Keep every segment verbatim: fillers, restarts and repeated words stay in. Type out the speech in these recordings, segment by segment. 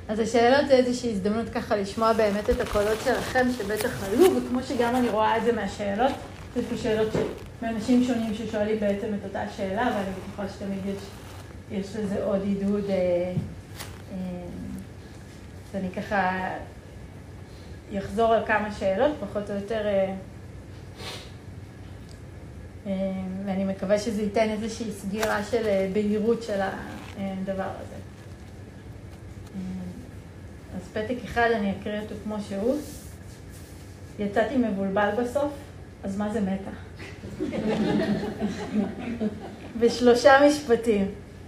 אז השאלות זה איזושהי הזדמנות ככה לשמוע באמת את הקולות שלכם, שבטח עלו, וכמו שגם אני רואה את זה מהשאלות, יש פה שאלות מאנשים שונים ששואלים בעצם את אותה שאלה, ואני בטוחה שתמיד יש, יש לזה עוד עידוד. אה, אה, אז אני ככה יחזור על כמה שאלות, פחות או יותר, אה, אה, ואני מקווה שזה ייתן איזושהי סגירה של אה, בהירות של הדבר הזה. אז פתק אחד, אני אקריא אותו כמו שהוא. יצאתי מבולבל בסוף, אז מה זה מתה? בשלושה משפטים.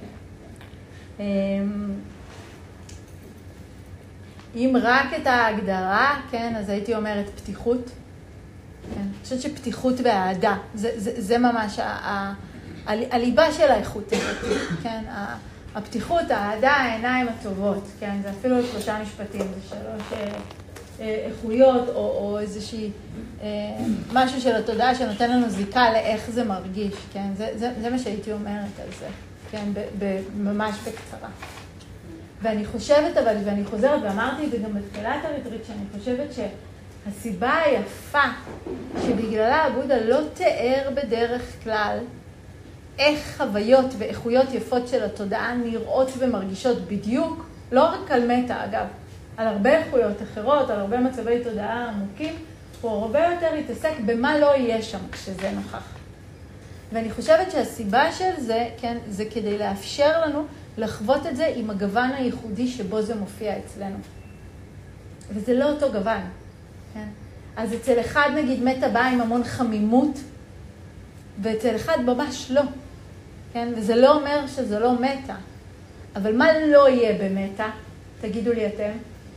אם רק את ההגדרה, כן, אז הייתי אומרת פתיחות. כן, אני חושבת שפתיחות והאהדה, זה, זה, זה ממש ה, ה, ה, הליבה של האיכות הזאת, כן, הפתיחות, האהדה, העיניים הטובות, כן, זה אפילו שלושה משפטים, זה שלוש איכויות או, או איזושהי משהו של התודעה שנותן לנו זיקה לאיך זה מרגיש, כן, זה, זה, זה מה שהייתי אומרת על זה, כן, ב, ב, ממש בקצרה. ואני חושבת, אבל, ואני חוזרת, ואמרתי את זה גם בתחילת הריטריט, שאני חושבת שהסיבה היפה שבגללה הבודה לא תיאר בדרך כלל איך חוויות ואיכויות יפות של התודעה נראות ומרגישות בדיוק, לא רק על מטה אגב, על הרבה איכויות אחרות, על הרבה מצבי תודעה עמוקים, הוא הרבה יותר יתעסק במה לא יהיה שם כשזה נוכח. ואני חושבת שהסיבה של זה, כן, זה כדי לאפשר לנו לחוות את זה עם הגוון הייחודי שבו זה מופיע אצלנו. וזה לא אותו גוון, כן? אז אצל אחד נגיד מטה בא עם המון חמימות, ואצל אחד ממש לא, כן? וזה לא אומר שזה לא מטה. אבל מה לא יהיה במטה? תגידו לי אתם.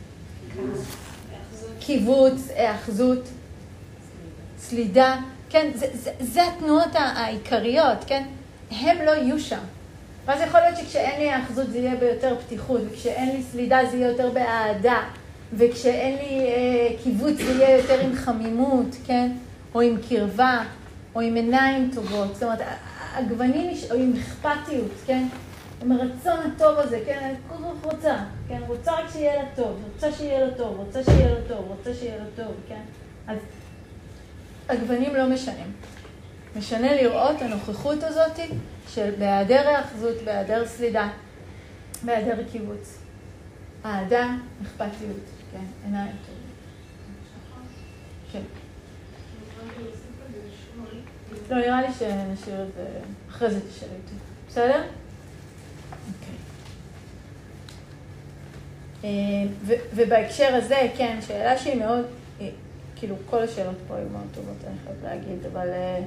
קיבוץ, האחזות, סלידה, כן? זה, זה, זה התנועות העיקריות, כן? הם לא יהיו שם. ואז יכול להיות שכשאין לי האחזות זה יהיה ביותר פתיחות, וכשאין לי סלידה זה יהיה יותר באהדה, וכשאין לי אה, קיבוץ זה יהיה יותר עם חמימות, כן? או עם קרבה, או עם עיניים טובות. זאת אומרת, הגוונים, או עם אכפתיות, כן? עם הרצון הטוב הזה, כן? אני כל כך רוצה, כן? רוצה רק שיהיה לה טוב, רוצה שיהיה לה טוב, רוצה שיהיה לה טוב, רוצה שיהיה לה טוב, כן? אז הגוונים לא משנים. משנה לראות הנוכחות הזאת של בהיעדר האחזות, בהיעדר סלידה, בהיעדר קיבוץ. אהדה, אכפתיות, כן? עיניים טובות. כן. לא, נראה לי שנשאיר את זה אחרי זה תשאל איתי. בסדר? אוקיי. ובהקשר הזה, כן, שאלה שהיא מאוד, כאילו כל השאלות פה היו מאוד טובות, אני חייבת להגיד, אבל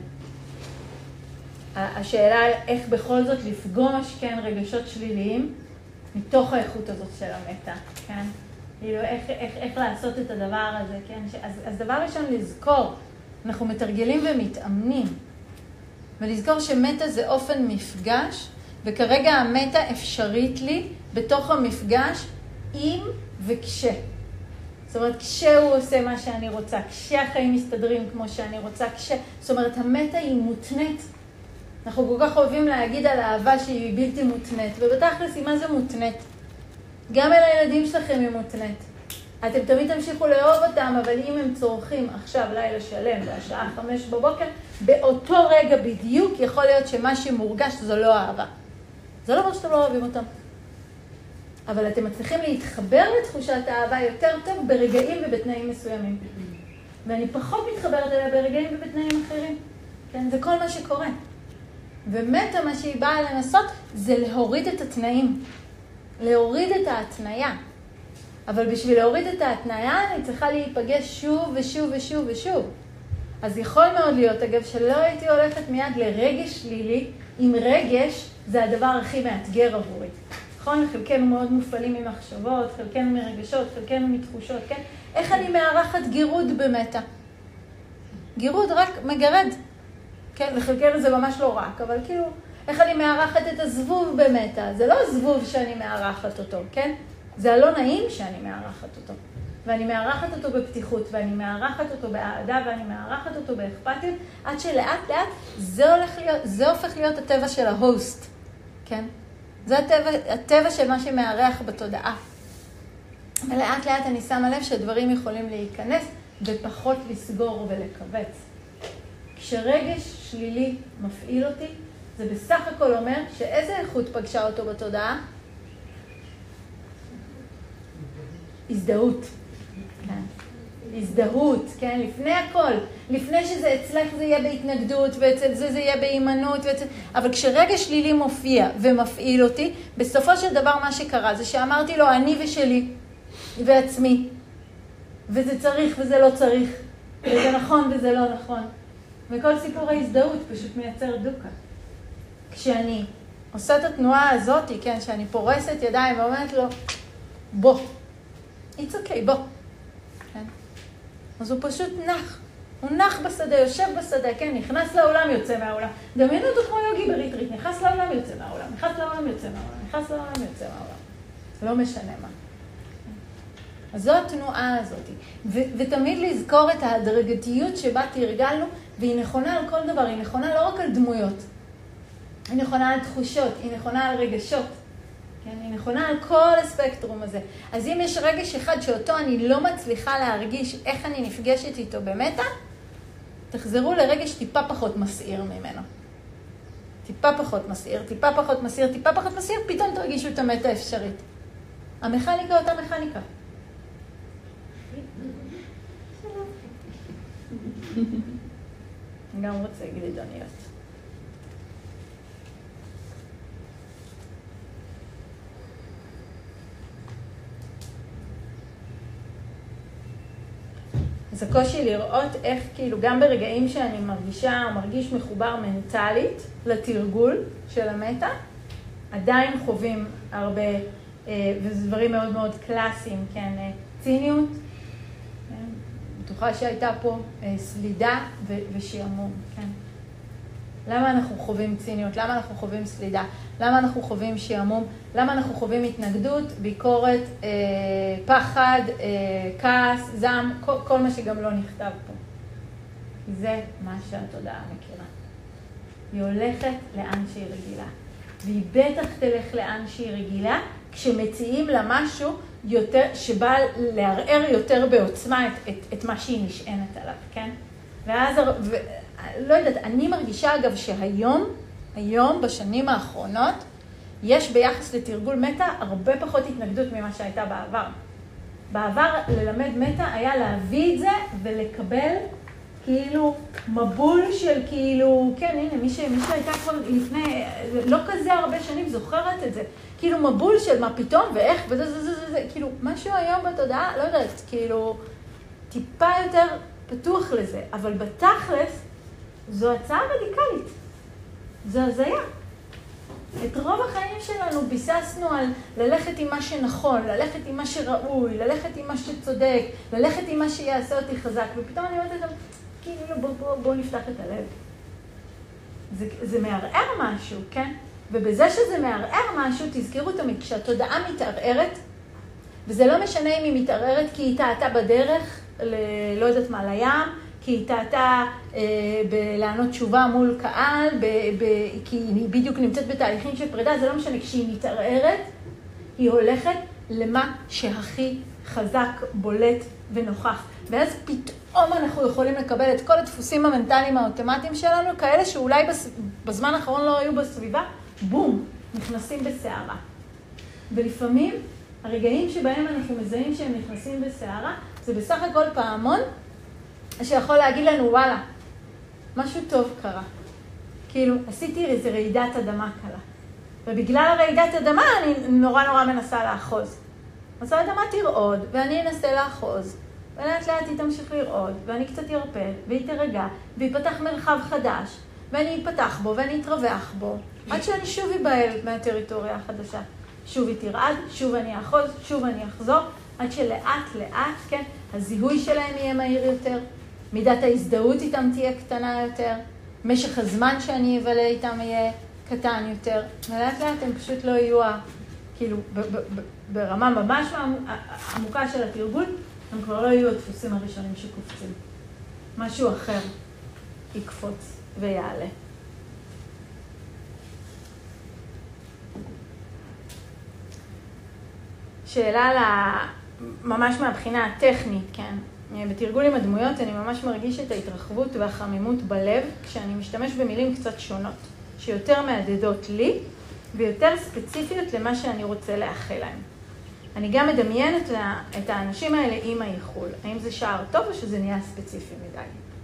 השאלה איך בכל זאת לפגוש, כן, רגשות שליליים מתוך האיכות הזאת של המטה, כן? כאילו, איך, איך, איך לעשות את הדבר הזה, כן? אז, אז דבר ראשון, לזכור, אנחנו מתרגלים ומתאמנים, ולזכור שמטה זה אופן מפגש, וכרגע המטה אפשרית לי בתוך המפגש עם וכש. זאת אומרת, כשהוא עושה מה שאני רוצה, כשהחיים מסתדרים כמו שאני רוצה, כש... זאת אומרת, המטה היא מותנית. אנחנו כל כך אוהבים להגיד על האהבה שהיא בלתי מותנית, ובתכלס היא מה זה מותנית? גם אל הילדים שלכם היא מותנית. אתם תמיד תמשיכו לאהוב אותם, אבל אם הם צורכים עכשיו לילה שלם, והשעה חמש בבוקר, באותו רגע בדיוק יכול להיות שמה שמורגש זו לא אהבה. זה לא אומר שאתם לא אוהבים אותם. אבל אתם מצליחים להתחבר לתחושת האהבה יותר טוב ברגעים ובתנאים מסוימים. ואני פחות מתחברת אליה ברגעים ובתנאים אחרים. כן? זה כל מה שקורה. ומטה מה שהיא באה לנסות זה להוריד את התנאים. להוריד את ההתניה. אבל בשביל להוריד את ההתניה אני צריכה להיפגש שוב ושוב ושוב ושוב. אז יכול מאוד להיות, אגב, שלא הייתי הולכת מיד לרגש שלילי, אם רגש זה הדבר הכי מאתגר עבורי. נכון? חלקנו מאוד מופעלים ממחשבות, חלקנו מרגשות, חלקנו מתחושות, כן? איך אני מערכת גירוד במטה? גירוד רק מגרד. כן, לחלקנו זה ממש לא רק, אבל כאילו, איך אני מערכת את הזבוב במטה? זה לא הזבוב שאני מערכת אותו, כן? זה הלא נעים שאני מערכת אותו. ואני מערכת אותו בפתיחות, ואני מערכת אותו באהדה, ואני מערכת אותו באכפתיות, עד שלאט לאט זה הולך להיות, זה הופך להיות הטבע של ההוסט, כן? זה הטבע, הטבע של מה שמערך בתודעה. ולאט לאט אני שמה לב שהדברים יכולים להיכנס ופחות לסגור ולקבץ. כשרגש שלילי מפעיל אותי, זה בסך הכל אומר שאיזה איכות פגשה אותו בתודעה? הזדהות. כן. הזדהות, כן? לפני הכל. לפני שזה אצלך זה יהיה בהתנגדות, ואצל זה זה יהיה באימנות, ואצל... אבל כשרגש שלילי מופיע ומפעיל אותי, בסופו של דבר מה שקרה זה שאמרתי לו, אני ושלי, ועצמי, וזה צריך וזה לא צריך, וזה נכון וזה לא נכון. וכל סיפור ההזדהות פשוט מייצר דוקה. כשאני עושה את התנועה הזאת, כן, שאני פורסת ידיים ואומרת לו, בוא, it's okay, בוא. כן? אז הוא פשוט נח. הוא נח בשדה, יושב בשדה, כן, נכנס לעולם, יוצא מהעולם. דמיינו אותו כמו יוגי בריטריט, נכנס לעולם, יוצא מהעולם, נכנס לעולם, יוצא מהעולם, נכנס לעולם, יוצא מהעולם. לא משנה מה. אז זו התנועה הזאת. ו- ותמיד לזכור את ההדרגתיות שבה תרגלנו, והיא נכונה על כל דבר, היא נכונה לא רק על דמויות, היא נכונה על תחושות, היא נכונה על רגשות, כן? היא נכונה על כל הספקטרום הזה. אז אם יש רגש אחד שאותו אני לא מצליחה להרגיש איך אני נפגשת איתו במטה, תחזרו לרגש טיפה פחות מסעיר ממנו. טיפה פחות מסעיר, טיפה פחות מסעיר, טיפה פחות מסעיר, פתאום תרגישו את המטה אפשרית. המכניקה אותה מכניקה. גם רוצה גלידוניות. אז הקושי לראות איך כאילו גם ברגעים שאני מרגישה או מרגיש מחובר מנטלית לתרגול של המטה, עדיין חווים הרבה, וזה דברים מאוד מאוד קלאסיים, כן, ציניות, בטוחה שהייתה פה סלידה ושעמום, כן. למה אנחנו חווים ציניות? למה אנחנו חווים סלידה? למה אנחנו חווים שעמום? למה אנחנו חווים התנגדות, ביקורת, אה, פחד, אה, כעס, זעם, כל, כל מה שגם לא נכתב פה. זה מה שהתודעה מכירה. היא הולכת לאן שהיא רגילה. והיא בטח תלך לאן שהיא רגילה, כשמציעים לה משהו יותר, שבא לערער יותר בעוצמה את, את, את מה שהיא נשענת עליו, כן? ואז, ו, לא יודעת, אני מרגישה אגב שהיום, היום, בשנים האחרונות, יש ביחס לתרגול מטה הרבה פחות התנגדות ממה שהייתה בעבר. בעבר ללמד מטה היה להביא את זה ולקבל כאילו מבול של כאילו, כן, הנה, מי, ש, מי שהייתה כבר לפני, לא כזה הרבה שנים זוכרת את זה, כאילו מבול של מה פתאום ואיך, וזה, זה, זה, זה, זה, כאילו, משהו היום בתודעה, לא יודעת, כאילו, טיפה יותר פתוח לזה, אבל בתכלס, זו הצעה רדיקלית, זו הזיה. את רוב החיים שלנו ביססנו על ללכת עם מה שנכון, ללכת עם מה שראוי, ללכת עם מה שצודק, ללכת עם מה שיעשה אותי חזק, ופתאום אני אומרת לכם, כאילו בוא, בוא, בוא נפתח את הלב. זה, זה מערער משהו, כן? ובזה שזה מערער משהו, תזכרו תמיד, כשהתודעה מתערערת, וזה לא משנה אם היא מתערערת כי היא טעתה בדרך, ל, לא יודעת מה, לים, כי היא טעתה אה, בלענות תשובה מול קהל, ב, ב, כי היא בדיוק נמצאת בתהליכים של פרידה, זה לא משנה, כשהיא מתערערת, היא הולכת למה שהכי חזק, בולט ונוכח. ואז פתאום אנחנו יכולים לקבל את כל הדפוסים המנטליים האוטומטיים שלנו, כאלה שאולי בזמן האחרון לא היו בסביבה, בום, נכנסים בסערה. ולפעמים הרגעים שבהם אנחנו מזהים שהם נכנסים בסערה, זה בסך הכל פעמון שיכול להגיד לנו, וואלה, משהו טוב קרה. כאילו, עשיתי איזו רעידת אדמה קלה. ובגלל הרעידת אדמה אני נורא נורא מנסה לאחוז. אז האדמה תרעוד, ואני אנסה לאחוז. ולאט לאט היא תמשיך לרעוד, ואני קצת ירפל, והיא תרגע, ויפתח מרחב חדש, ואני אפתח בו, ואני אתרווח בו, עד שאני שוב אבהל מהטריטוריה החדשה. שוב היא תרעד, שוב אני אחוז, שוב אני אחזור, עד שלאט לאט, כן, הזיהוי שלהם יהיה מהיר יותר, מידת ההזדהות איתם תהיה קטנה יותר, משך הזמן שאני אבלה איתם יהיה קטן יותר, ולאט לאט הם פשוט לא יהיו, כאילו, ברמה ממש עמוקה של התרגול, הם כבר לא יהיו הדפוסים הראשונים שקופצים. משהו אחר יקפוץ ויעלה. שאלה ממש מהבחינה הטכנית, כן. בתרגול עם הדמויות אני ממש מרגיש את ההתרחבות והחמימות בלב, כשאני משתמש במילים קצת שונות, שיותר מעדדות לי, ויותר ספציפיות למה שאני רוצה לאחל להם. אני גם מדמיין את, את האנשים האלה עם הייחול. האם זה שער טוב או שזה נהיה ספציפי מדי?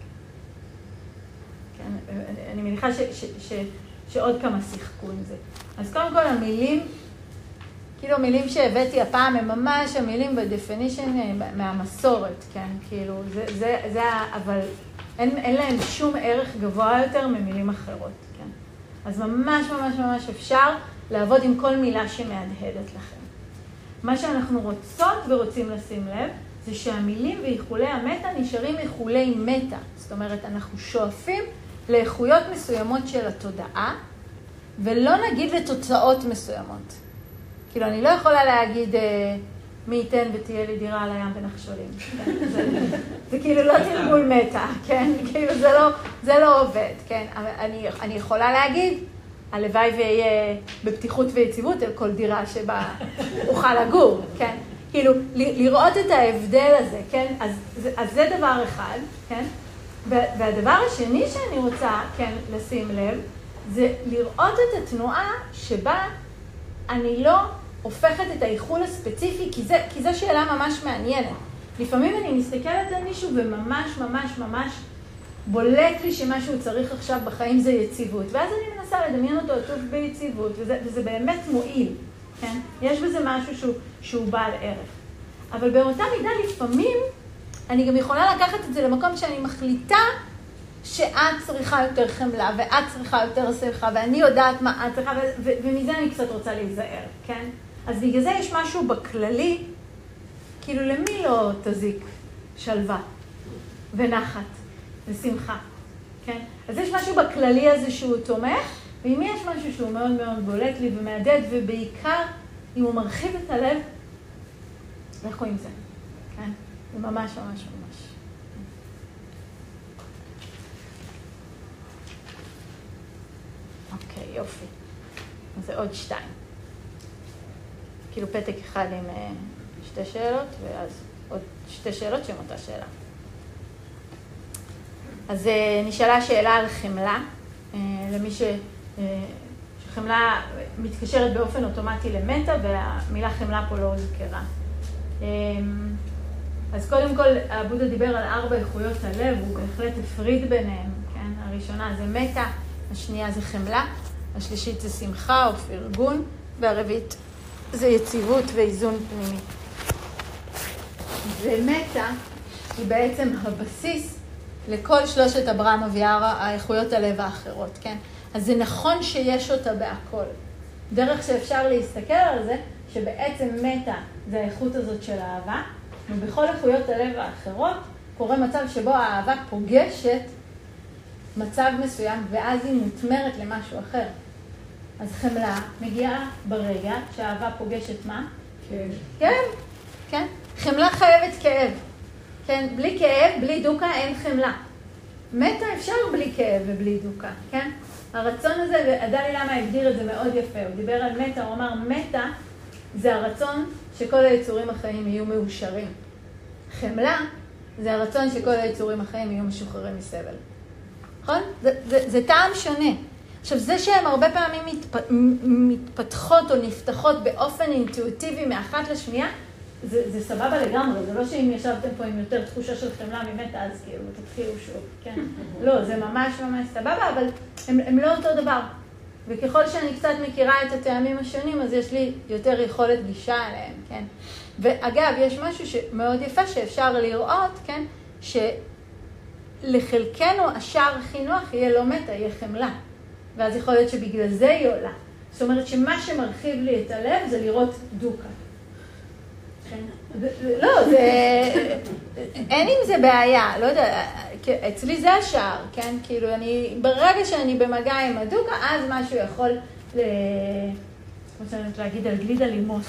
כן, אני מניחה ש, ש, ש, שעוד כמה שיחקו עם זה. אז קודם כל המילים, כאילו המילים שהבאתי הפעם הם ממש המילים בדפינישן מהמסורת, כן? כאילו זה, זה, זה, אבל אין, אין להם שום ערך גבוה יותר ממילים אחרות, כן? אז ממש ממש ממש אפשר לעבוד עם כל מילה שמהדהדת לכם. מה שאנחנו רוצות ורוצים לשים לב, זה שהמילים ואיחולי המטה נשארים איחולי מטה. זאת אומרת, אנחנו שואפים לאיכויות מסוימות של התודעה, ולא נגיד לתוצאות מסוימות. כאילו, אני לא יכולה להגיד, מי ייתן ותהיה לי דירה על הים בנחשולים. כן? זה, זה כאילו לא תרגול מטה, כן? כאילו, זה לא, זה לא עובד, כן? אני, אני יכולה להגיד, הלוואי ויהיה בפתיחות ויציבות על כל דירה שבה אוכל לגור, כן? כאילו, לראות את ההבדל הזה, כן? אז, אז זה דבר אחד, כן? והדבר השני שאני רוצה, כן, לשים לב, זה לראות את התנועה שבה אני לא הופכת את האיחול הספציפי, כי זה, כי זו שאלה ממש מעניינת. לפעמים אני מסתכלת על מישהו וממש ממש ממש בולט לי שמשהו צריך עכשיו בחיים זה יציבות, ואז אני מנסה לדמיין אותו עטוף ביציבות, וזה, וזה באמת מועיל, כן? יש בזה משהו שהוא, שהוא בעל ערך. אבל באותה מידה לפעמים אני גם יכולה לקחת את זה למקום שאני מחליטה שאת צריכה יותר חמלה, ואת צריכה יותר שמחה, ואני יודעת מה את צריכה, ו- ו- ומזה אני קצת רוצה להיזהר, כן? אז בגלל זה יש משהו בכללי, כאילו למי לא תזיק שלווה ונחת ושמחה, כן? אז יש משהו בכללי הזה שהוא תומך, ואם יש משהו שהוא מאוד מאוד בולט לי ומעדד, ובעיקר אם הוא מרחיב את הלב, לכו עם זה, כן? זה ממש ממש ממש. אוקיי, יופי. אז זה עוד שתיים. כאילו פתק אחד עם שתי שאלות, ואז עוד שתי שאלות שהן אותה שאלה. אז נשאלה שאלה על חמלה, למי ש... שחמלה מתקשרת באופן אוטומטי למטה, והמילה חמלה פה לא הוזכרה. אז קודם כל, הבודה דיבר על ארבע איכויות הלב, הוא בהחלט הפריד ביניהם, כן? הראשונה זה מטה, השנייה זה חמלה, השלישית זה שמחה או פרגון, והרביעית זה יציבות ואיזון פנימי. ומטה היא בעצם הבסיס לכל שלושת אברהם ויערה, האיכויות הלב האחרות, כן? אז זה נכון שיש אותה בהכל. דרך שאפשר להסתכל על זה, שבעצם מטה זה האיכות הזאת של האהבה, ובכל איכויות הלב האחרות קורה מצב שבו האהבה פוגשת מצב מסוים, ואז היא מותמרת למשהו אחר. אז חמלה מגיעה ברגע שהאהבה פוגשת מה? כן. כן, כן. חמלה חייבת כאב. כן, בלי כאב, בלי דוקה, אין חמלה. מטה אפשר בלי כאב ובלי דוקה, כן? הרצון הזה, ודלי למה הגדיר את זה מאוד יפה, הוא דיבר על מטה, הוא אמר, מטה זה הרצון שכל היצורים החיים יהיו מאושרים. חמלה זה הרצון שכל היצורים החיים יהיו משוחררים מסבל. נכון? זה, זה, זה טעם שונה. עכשיו, זה שהן הרבה פעמים מתפ... מתפתחות או נפתחות באופן אינטואיטיבי מאחת לשנייה, זה, זה סבבה לגמרי. זה לא שאם ישבתם פה עם יותר תחושה של חמלה ממטה, אז כאילו, תתחילו שוב, כן? לא, זה ממש ממש סבבה, אבל הם, הם לא אותו דבר. וככל שאני קצת מכירה את הטעמים השונים, אז יש לי יותר יכולת גישה אליהם, כן? ואגב, יש משהו שמאוד יפה שאפשר לראות, כן? שלחלקנו השער הכי נוח יהיה לא מטה, יהיה חמלה. ואז יכול להיות שבגלל זה היא עולה. זאת אומרת שמה שמרחיב לי את הלב זה לראות דוקה. לא, זה... אין עם זה בעיה, לא יודע, אצלי זה השער, כן? כאילו, אני, ברגע שאני במגע עם הדוקה, אז משהו יכול, ל... כמו שאני רוצה להגיד, על גלידה לימוס,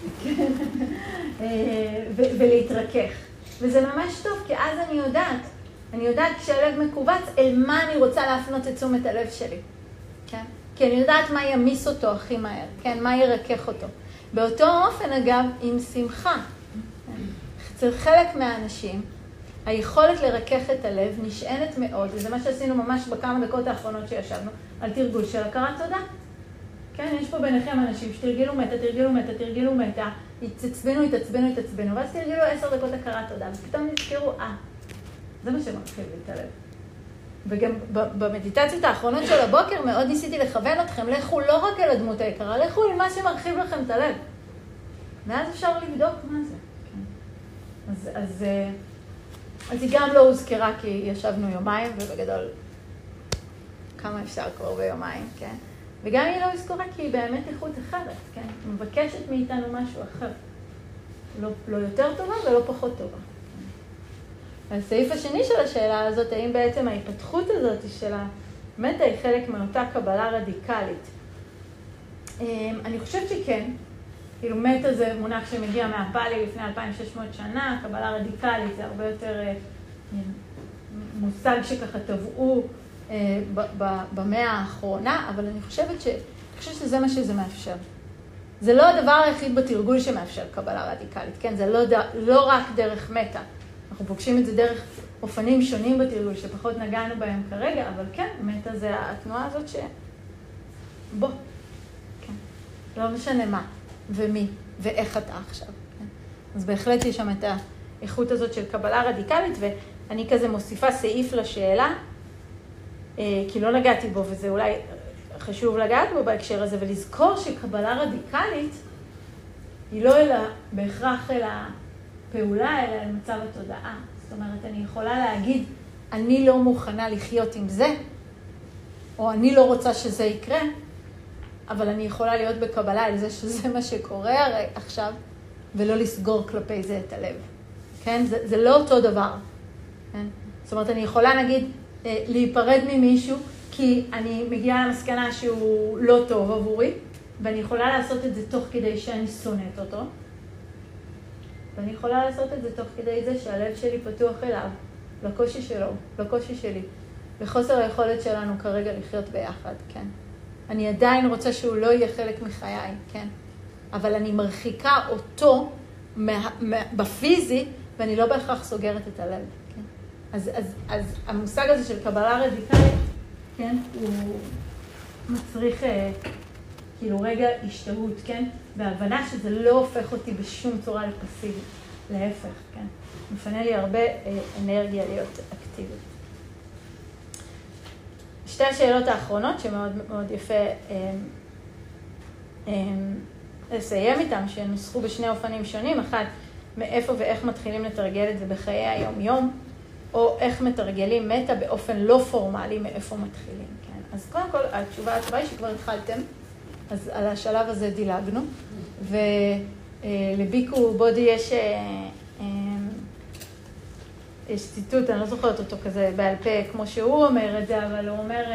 ולהתרכך. וזה ממש טוב, כי אז אני יודעת, אני יודעת כשהלב מקובץ, אל מה אני רוצה להפנות את תשומת הלב שלי, כן? כי אני יודעת מה ימיס אותו הכי מהר, כן? מה ירכך אותו. באותו אופן, אגב, עם שמחה. אצל חלק מהאנשים, היכולת לרכך את הלב נשענת מאוד, וזה מה שעשינו ממש בכמה דקות האחרונות שישבנו, על תרגול של הכרת תודה. כן, יש פה ביניכם אנשים שתרגלו מתה, תרגלו מתה, תרגלו מתה, יתעצבנו, יתעצבנו, יתעצבנו, ואז תרגלו עשר דקות הכרת תודה, ופתאום נזכרו, אה, זה מה שמרחיב לי את הלב. וגם במדיטציות האחרונות של הבוקר מאוד ניסיתי לכוון אתכם, לכו לא רק אל הדמות היקרה, לכו אל מה שמרחיב לכם את הלב. ואז אפשר לבדוק מה זה. כן. אז, אז, אז היא גם לא הוזכרה כי ישבנו יומיים, ובגדול כמה אפשר כבר ביומיים, כן? וגם היא לא הוזכרה כי היא באמת איכות אחרת, כן? היא מבקשת מאיתנו משהו אחר. לא, לא יותר טובה ולא פחות טובה. הסעיף השני של השאלה הזאת, האם בעצם ההתפתחות הזאת של המטה היא חלק מאותה קבלה רדיקלית? אני חושבת שכן. כאילו מטה זה מונח שמגיע מהפאלי לפני אלפיים ושש מאות שנה, קבלה רדיקלית זה הרבה יותר מושג שככה טבעו במאה האחרונה, אבל אני חושבת, ש... אני חושבת שזה מה שזה מאפשר. זה לא הדבר היחיד בתרגול שמאפשר קבלה רדיקלית, כן? זה לא, ד... לא רק דרך מטה. אנחנו פוגשים את זה דרך אופנים שונים בתרגול, שפחות נגענו בהם כרגע, אבל כן, מטה זה התנועה הזאת ש... בוא. כן. לא משנה מה, ומי, ואיך אתה עכשיו. כן? אז בהחלט יש שם את האיכות הזאת של קבלה רדיקלית, ואני כזה מוסיפה סעיף לשאלה, כי לא נגעתי בו, וזה אולי חשוב לגעת בו בהקשר הזה, ולזכור שקבלה רדיקלית היא לא אלא בהכרח אלא פעולה, אלא אל מצב התודעה. זאת אומרת, אני יכולה להגיד, אני לא מוכנה לחיות עם זה, או אני לא רוצה שזה יקרה, אבל אני יכולה להיות בקבלה על זה שזה מה שקורה הרי עכשיו, ולא לסגור כלפי זה את הלב. כן? זה, זה לא אותו דבר. כן? זאת אומרת, אני יכולה, נגיד, להיפרד ממישהו, כי אני מגיעה למסקנה שהוא לא טוב עבורי, ואני יכולה לעשות את זה תוך כדי שאני שונאת אותו, ואני יכולה לעשות את זה תוך כדי זה שהלב שלי פתוח אליו, לקושי שלו, לקושי שלי, לחוסר היכולת שלנו כרגע לחיות ביחד, כן? אני עדיין רוצה שהוא לא יהיה חלק מחיי, כן? אבל אני מרחיקה אותו מה, מה, בפיזי, ואני לא בהכרח סוגרת את הלב, כן? אז, אז, אז המושג הזה של קבלה רדיקלית, כן? הוא מצריך כאילו רגע השתהות, כן? בהבנה שזה לא הופך אותי בשום צורה לפסיבית, להפך, כן? מפנה לי הרבה אנרגיה להיות אקטיבית. שתי השאלות האחרונות שמאוד מאוד יפה לסיים איתם, שנוסחו בשני אופנים שונים. אחד, מאיפה ואיך מתחילים לתרגל את זה בחיי היום-יום, או איך מתרגלים מטה באופן לא פורמלי, מאיפה מתחילים. כן? אז קודם כל, התשובה התשובה היא שכבר התחלתם, אז על השלב הזה דילגנו, ולביקו בודי יש, יש ציטוט, אני לא זוכרת אותו כזה בעל פה, כמו שהוא אומר את זה, אבל הוא אומר,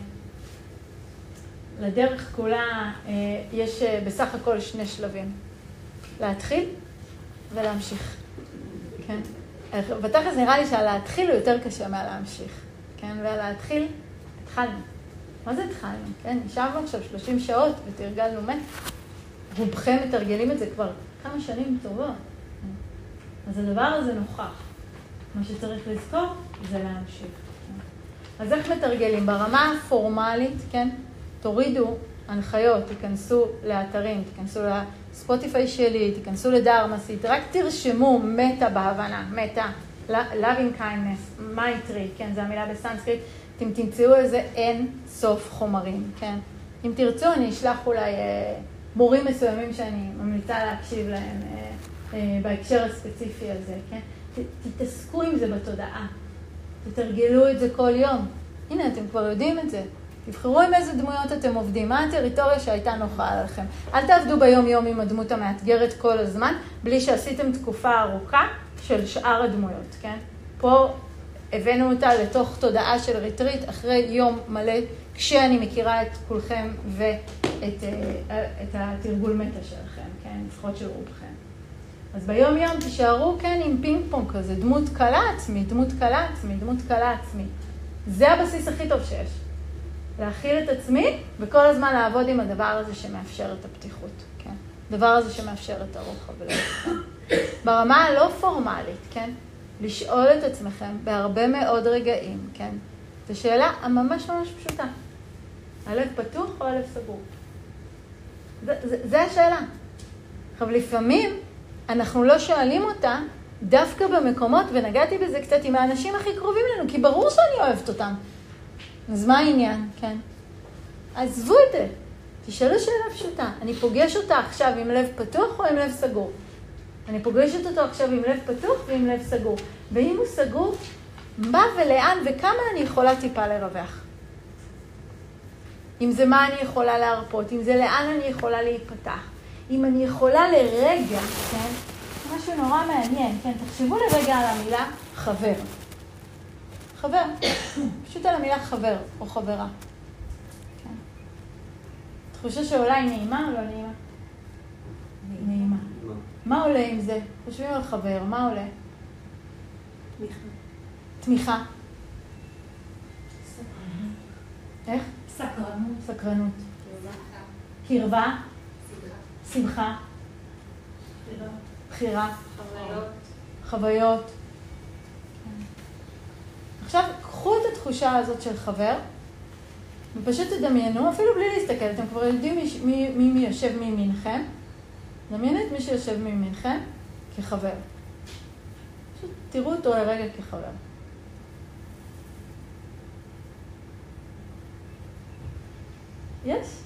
לדרך כולה יש בסך הכל שני שלבים, להתחיל ולהמשיך, כן? בתכלס נראה לי שהלהתחיל הוא יותר קשה מהלהמשיך, כן? והלהתחיל, התחלנו. מה זה התחלנו? כן? נשארנו עכשיו שלושים שעות ותרגלנו מת. רובכם מתרגלים את זה כבר כמה שנים טובות. אז הדבר הזה נוכח. מה שצריך לזכור זה להמשיך. אז איך מתרגלים? ברמה הפורמלית, כן? תורידו הנחיות, תיכנסו לאתרים, תיכנסו לספוטיפיי שלי, תיכנסו לדרמסית, רק תרשמו מטה בהבנה, מטה, loving kindness, מייטרי, כן, זו המילה בסנסקריט, אתם תמצאו איזה אין סוף חומרים, כן. אם תרצו, אני אשלח אולי אה, מורים מסוימים שאני ממליצה להקשיב להם אה, אה, בהקשר הספציפי הזה, כן. ת, תתעסקו עם זה בתודעה, תתרגלו את זה כל יום. הנה, אתם כבר יודעים את זה. תבחרו עם איזה דמויות אתם עובדים, מה הטריטוריה שהייתה נוחה עליכם. אל תעבדו ביום יום עם הדמות המאתגרת כל הזמן, בלי שעשיתם תקופה ארוכה של שאר הדמויות, כן? פה הבאנו אותה לתוך תודעה של ריטריט, אחרי יום מלא, כשאני מכירה את כולכם ואת את התרגול מטה שלכם, כן? לפחות של רובכם. אז ביום יום תישארו, כן, עם פינג פונג כזה, דמות קלה עצמית, דמות קלה עצמית, דמות קלה עצמית. זה הבסיס הכי טוב שיש. להכיל את עצמי, וכל הזמן לעבוד עם הדבר הזה שמאפשר את הפתיחות, כן? הדבר הזה שמאפשר את הרוחב ולרוחב. ברמה הלא פורמלית, כן? לשאול את עצמכם בהרבה מאוד רגעים, כן? זו שאלה הממש ממש פשוטה. הלב פתוח או הלב סגור? זה, זה, זה השאלה. עכשיו, לפעמים אנחנו לא שואלים אותה דווקא במקומות, ונגעתי בזה קצת עם האנשים הכי קרובים לנו, כי ברור שאני אוהבת אותם. אז מה העניין, כן? עזבו את זה. תשאלו שאלה פשוטה. אני פוגש אותה עכשיו עם לב פתוח או עם לב סגור? אני פוגשת אותו עכשיו עם לב פתוח ועם לב סגור. ואם הוא סגור, מה ולאן וכמה אני יכולה טיפה לרווח? אם זה מה אני יכולה להרפות, אם זה לאן אני יכולה להיפתח. אם אני יכולה לרגע, כן? משהו נורא מעניין, כן? תחשבו לרגע על המילה חבר. חבר. פשוט על המילה חבר או חברה. כן. תחושה שאולי היא נעימה או לא נעימה? נעימה. מה עולה עם זה? חושבים על חבר, מה עולה? תמיכה. תמיכה. איך? סקרנות. סקרנות. קרבה. שמחה. בחירה. חוויות. חוויות. עכשיו, קחו את התחושה הזאת של חבר, ופשוט תדמיינו, אפילו בלי להסתכל, אתם כבר יודעים מי, מי, מי, מי יושב מימינכם. דמיינו את מי שיושב מימינכם כחבר. פשוט תראו אותו לרגע כחבר. יש?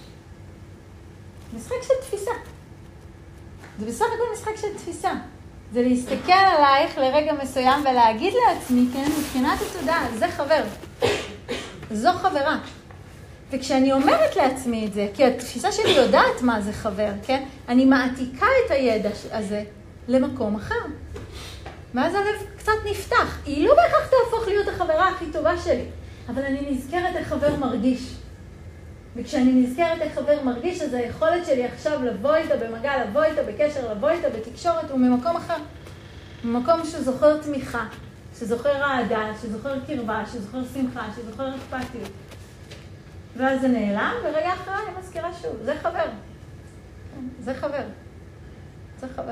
משחק של תפיסה. זה בסך הכל משחק של תפיסה. זה להסתכל עלייך לרגע מסוים ולהגיד לעצמי, כן, מבחינת התודעה, זה חבר. זו חברה. וכשאני אומרת לעצמי את זה, כי התפיסה שלי יודעת מה זה חבר, כן? אני מעתיקה את הידע הזה למקום אחר. ואז הלב קצת נפתח. היא לא בהכרח תהפוך להיות החברה הכי טובה שלי, אבל אני נזכרת איך חבר מרגיש. וכשאני נזכרת איך חבר מרגיש, אז היכולת שלי עכשיו לבוא איתה במגע, לבוא איתה בקשר, לבוא איתה בתקשורת, הוא ממקום אחר. ממקום שזוכר תמיכה, שזוכר אהדה, שזוכר קרבה, שזוכר שמחה, שזוכר אכפתיות. ואז זה נעלם, ורגע אחרי אני מזכירה שוב, זה חבר. זה חבר. זה חבר.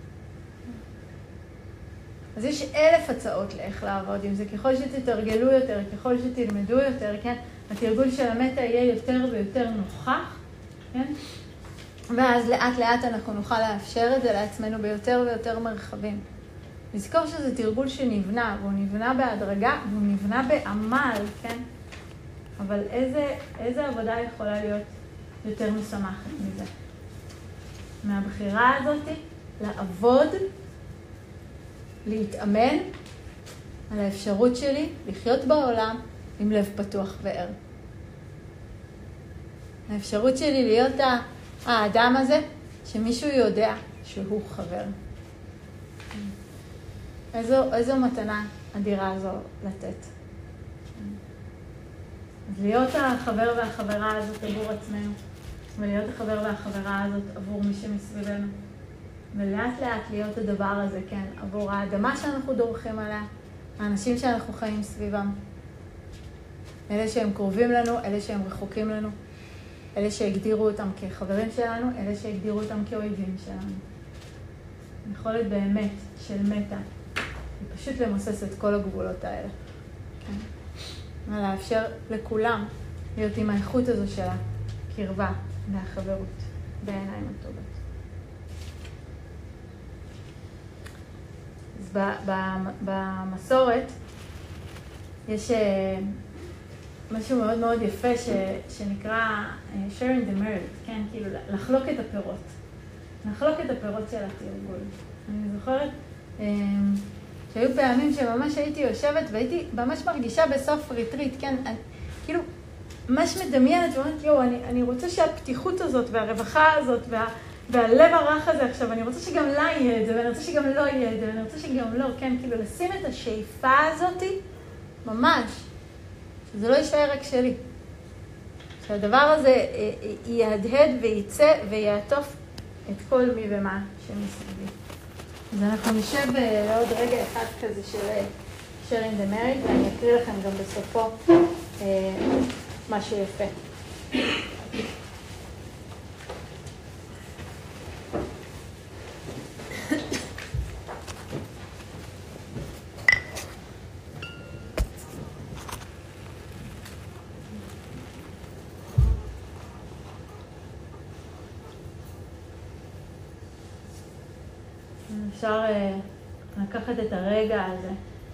אז יש אלף הצעות לאיך לעבוד עם זה. ככל שתתרגלו יותר, ככל שתלמדו יותר, כן? התרגול של המטה יהיה יותר ויותר נוכח, כן? ואז לאט לאט אנחנו נוכל לאפשר את זה לעצמנו ביותר ויותר מרחבים. לזכור שזה תרגול שנבנה, והוא נבנה בהדרגה, והוא נבנה בעמל, כן? אבל איזה, איזה עבודה יכולה להיות יותר משמחת מזה? מהבחירה הזאת, לעבוד, להתאמן על האפשרות שלי לחיות בעולם עם לב פתוח וער. האפשרות שלי להיות האדם הזה שמישהו יודע שהוא חבר. איזו, איזו מתנה אדירה זו לתת. אז להיות החבר והחברה הזאת עבור עצמנו, ולהיות החבר והחברה הזאת עבור מי שמסביבנו. ולאט לאט להיות הדבר הזה, כן, עבור האדמה שאנחנו דורכים עליה, האנשים שאנחנו חיים סביבם. אלה שהם קרובים לנו, אלה שהם רחוקים לנו, אלה שהגדירו אותם כחברים שלנו, אלה שהגדירו אותם כאויבים שלנו. יכולת באמת של מטה, היא פשוט למוסס את כל הגבולות האלה. כן? ולאפשר לכולם להיות עם האיכות הזו של הקרבה והחברות בעיניים הטובות. אז במסורת יש משהו מאוד מאוד יפה ש, שנקרא sharing the merit, כן? כאילו לחלוק את הפירות. לחלוק את הפירות של התרגול. אני זוכרת שהיו פעמים שממש הייתי יושבת והייתי ממש מרגישה בסוף ריטריט, כן? אני, כאילו, ממש מדמיינת ואומרת, יו, אני, אני רוצה שהפתיחות הזאת והרווחה הזאת וה, והלב הרך הזה עכשיו, אני רוצה שגם לה יהיה את זה, ואני רוצה שגם לא יהיה את זה, ואני רוצה שגם לא, כן? כאילו, לשים את השאיפה הזאת, ממש, שזה לא יישאר רק שלי. שהדבר הזה יהדהד וייצא ויעטוף את כל מי ומה שמסביבי. אז אנחנו נשב לעוד רגע אחד כזה של sharing the merit, ואני אקריא לכם גם בסופו משהו יפה. אפשר לקחת את הרגע הזה.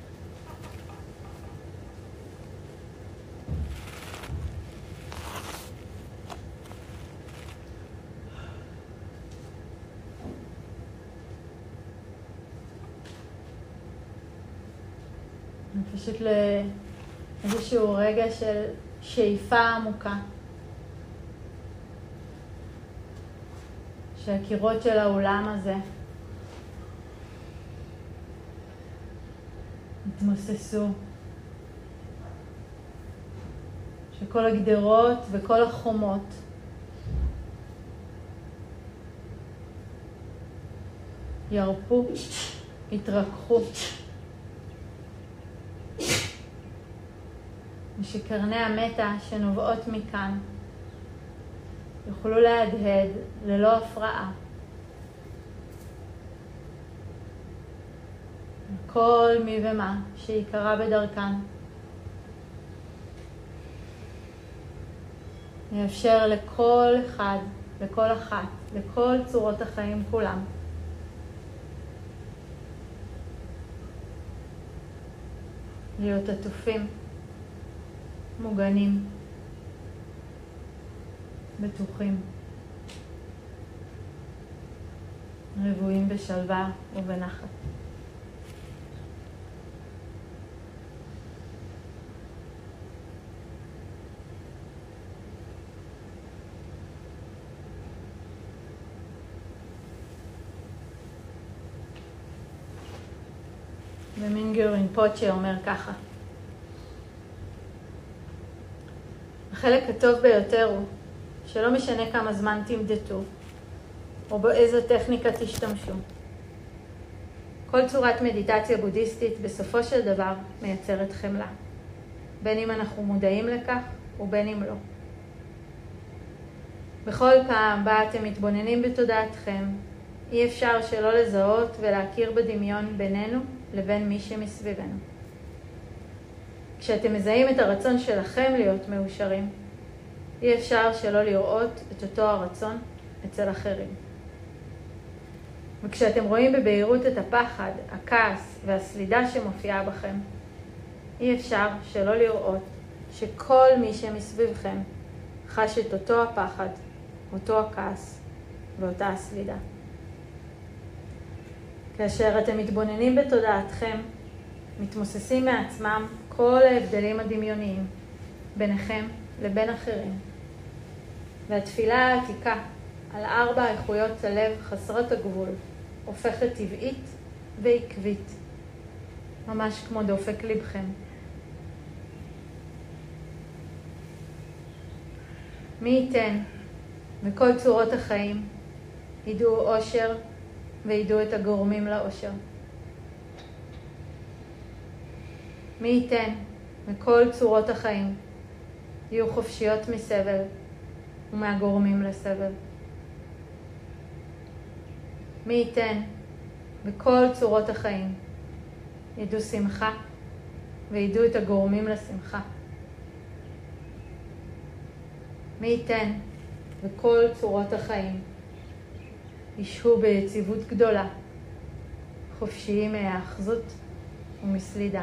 פשוט לאיזשהו רגע של שאיפה עמוקה. שהקירות של האולם הזה התמוססו. שכל הגדרות וכל החומות ירפו, יתרככו. ושקרני המטה שנובעות מכאן יוכלו להדהד ללא הפרעה. כל מי ומה שיקרה בדרכן. יאפשר לכל אחד, לכל אחת, לכל צורות החיים כולם. להיות עטופים, מוגנים, בטוחים, רבועים בשלווה ובנחת. ומינגו רינפוצ'ה אומר ככה: החלק הטוב ביותר הוא שלא משנה כמה זמן תמדתו או באיזו טכניקה תשתמשו. כל צורת מדיטציה בודהיסטית בסופו של דבר מייצרת חמלה, בין אם אנחנו מודעים לכך ובין אם לא. בכל פעם בה אתם מתבוננים בתודעתכם, אי אפשר שלא לזהות ולהכיר בדמיון בינינו לבין מי שמסביבנו. כשאתם מזהים את הרצון שלכם להיות מאושרים, אי אפשר שלא לראות את אותו הרצון אצל אחרים. וכשאתם רואים בבהירות את הפחד, הכעס והסלידה שמופיעה בכם, אי אפשר שלא לראות שכל מי שמסביבכם חש את אותו הפחד, אותו הכעס ואותה הסלידה. כאשר אתם מתבוננים בתודעתכם, מתמוססים מעצמם כל ההבדלים הדמיוניים ביניכם לבין אחרים. והתפילה העתיקה על ארבע איכויות הלב חסרות הגבול הופכת טבעית ועקבית, ממש כמו דופק לבכם. מי ייתן וכל צורות החיים ידעו אושר וידעו את הגורמים לאושר. מי ייתן וכל צורות החיים יהיו חופשיות מסבל ומהגורמים לסבל. מי ייתן וכל צורות החיים ידעו שמחה וידעו את הגורמים לשמחה. מי ייתן וכל צורות החיים ישהו ביציבות גדולה, חופשיים מהאחזות ומסלידה.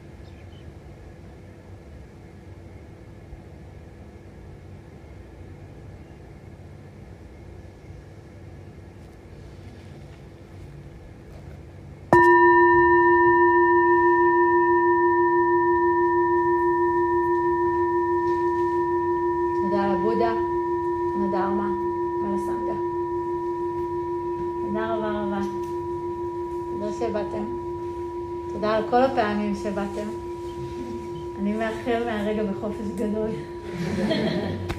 תודה לבודה, לדרמה ולסנגה. תודה רבה רבה. תודה שבאתם. תודה על כל הפעמים שבאתם. אני מאחל מהרגע בחופש גדול.